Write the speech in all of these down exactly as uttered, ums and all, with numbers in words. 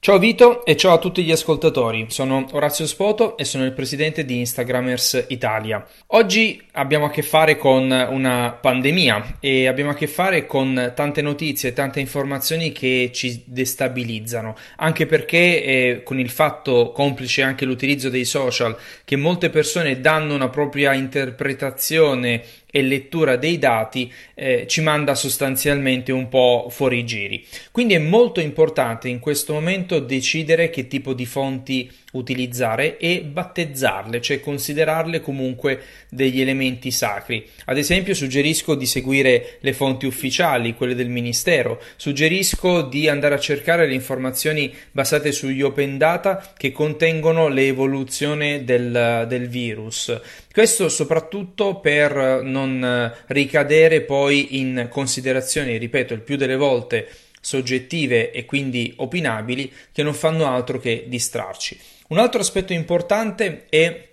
Ciao Vito e ciao a tutti gli ascoltatori, sono Orazio Spoto e sono il presidente di Instagrammers Italia. Oggi abbiamo a che fare con una pandemia e abbiamo a che fare con tante notizie e tante informazioni che ci destabilizzano, anche perché eh, con il fatto, complice anche l'utilizzo dei social, che molte persone danno una propria interpretazione e lettura dei dati, eh, ci manda sostanzialmente un po' fuori giri. Quindi è molto importante in questo momento decidere che tipo di fonti utilizzare e battezzarle, cioè considerarle comunque degli elementi sacri. Ad esempio, suggerisco di seguire le fonti ufficiali, quelle del ministero, suggerisco di andare a cercare le informazioni basate sugli open data che contengono l'evoluzione del, del virus. Questo soprattutto per non ricadere poi in considerazioni, ripeto, il più delle volte soggettive e quindi opinabili, che non fanno altro che distrarci. Un altro aspetto importante è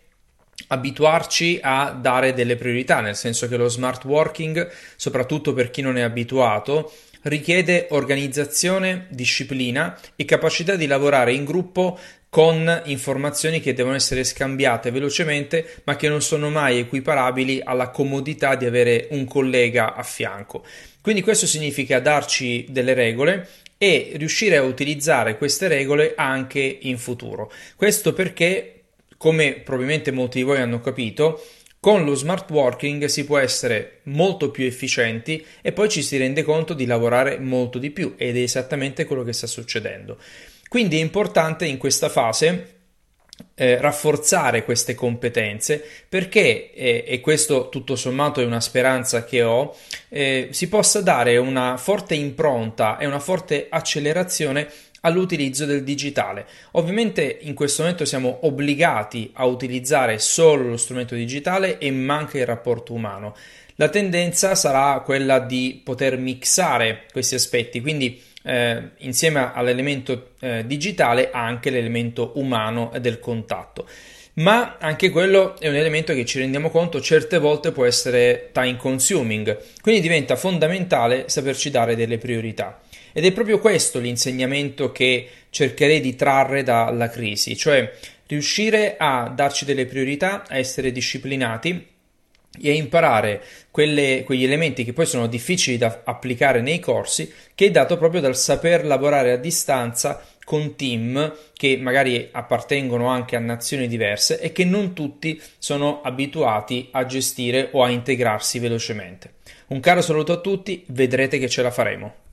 abituarci a dare delle priorità, nel senso che lo smart working, soprattutto per chi non è abituato, richiede organizzazione, disciplina e capacità di lavorare in gruppo con informazioni che devono essere scambiate velocemente, ma che non sono mai equiparabili alla comodità di avere un collega a fianco. Quindi questo significa darci delle regole e riuscire a utilizzare queste regole anche in futuro. Questo perché, come probabilmente molti di voi hanno capito, con lo smart working si può essere molto più efficienti e poi ci si rende conto di lavorare molto di più, ed è esattamente quello che sta succedendo. Quindi è importante in questa fase eh, rafforzare queste competenze perché, eh, e questo tutto sommato è una speranza che ho, eh, si possa dare una forte impronta e una forte accelerazione all'utilizzo del digitale. Ovviamente in questo momento siamo obbligati a utilizzare solo lo strumento digitale e manca il rapporto umano. La tendenza sarà quella di poter mixare questi aspetti, quindi eh, insieme all'elemento eh, digitale anche l'elemento umano del contatto. Ma anche quello è un elemento che ci rendiamo conto certe volte può essere time consuming, quindi diventa fondamentale saperci dare delle priorità. Ed è proprio questo l'insegnamento che cercherei di trarre dalla crisi, cioè riuscire a darci delle priorità, a essere disciplinati e a imparare quelle, quegli elementi che poi sono difficili da applicare nei corsi, che è dato proprio dal saper lavorare a distanza con team che magari appartengono anche a nazioni diverse e che non tutti sono abituati a gestire o a integrarsi velocemente. Un caro saluto a tutti, vedrete che ce la faremo.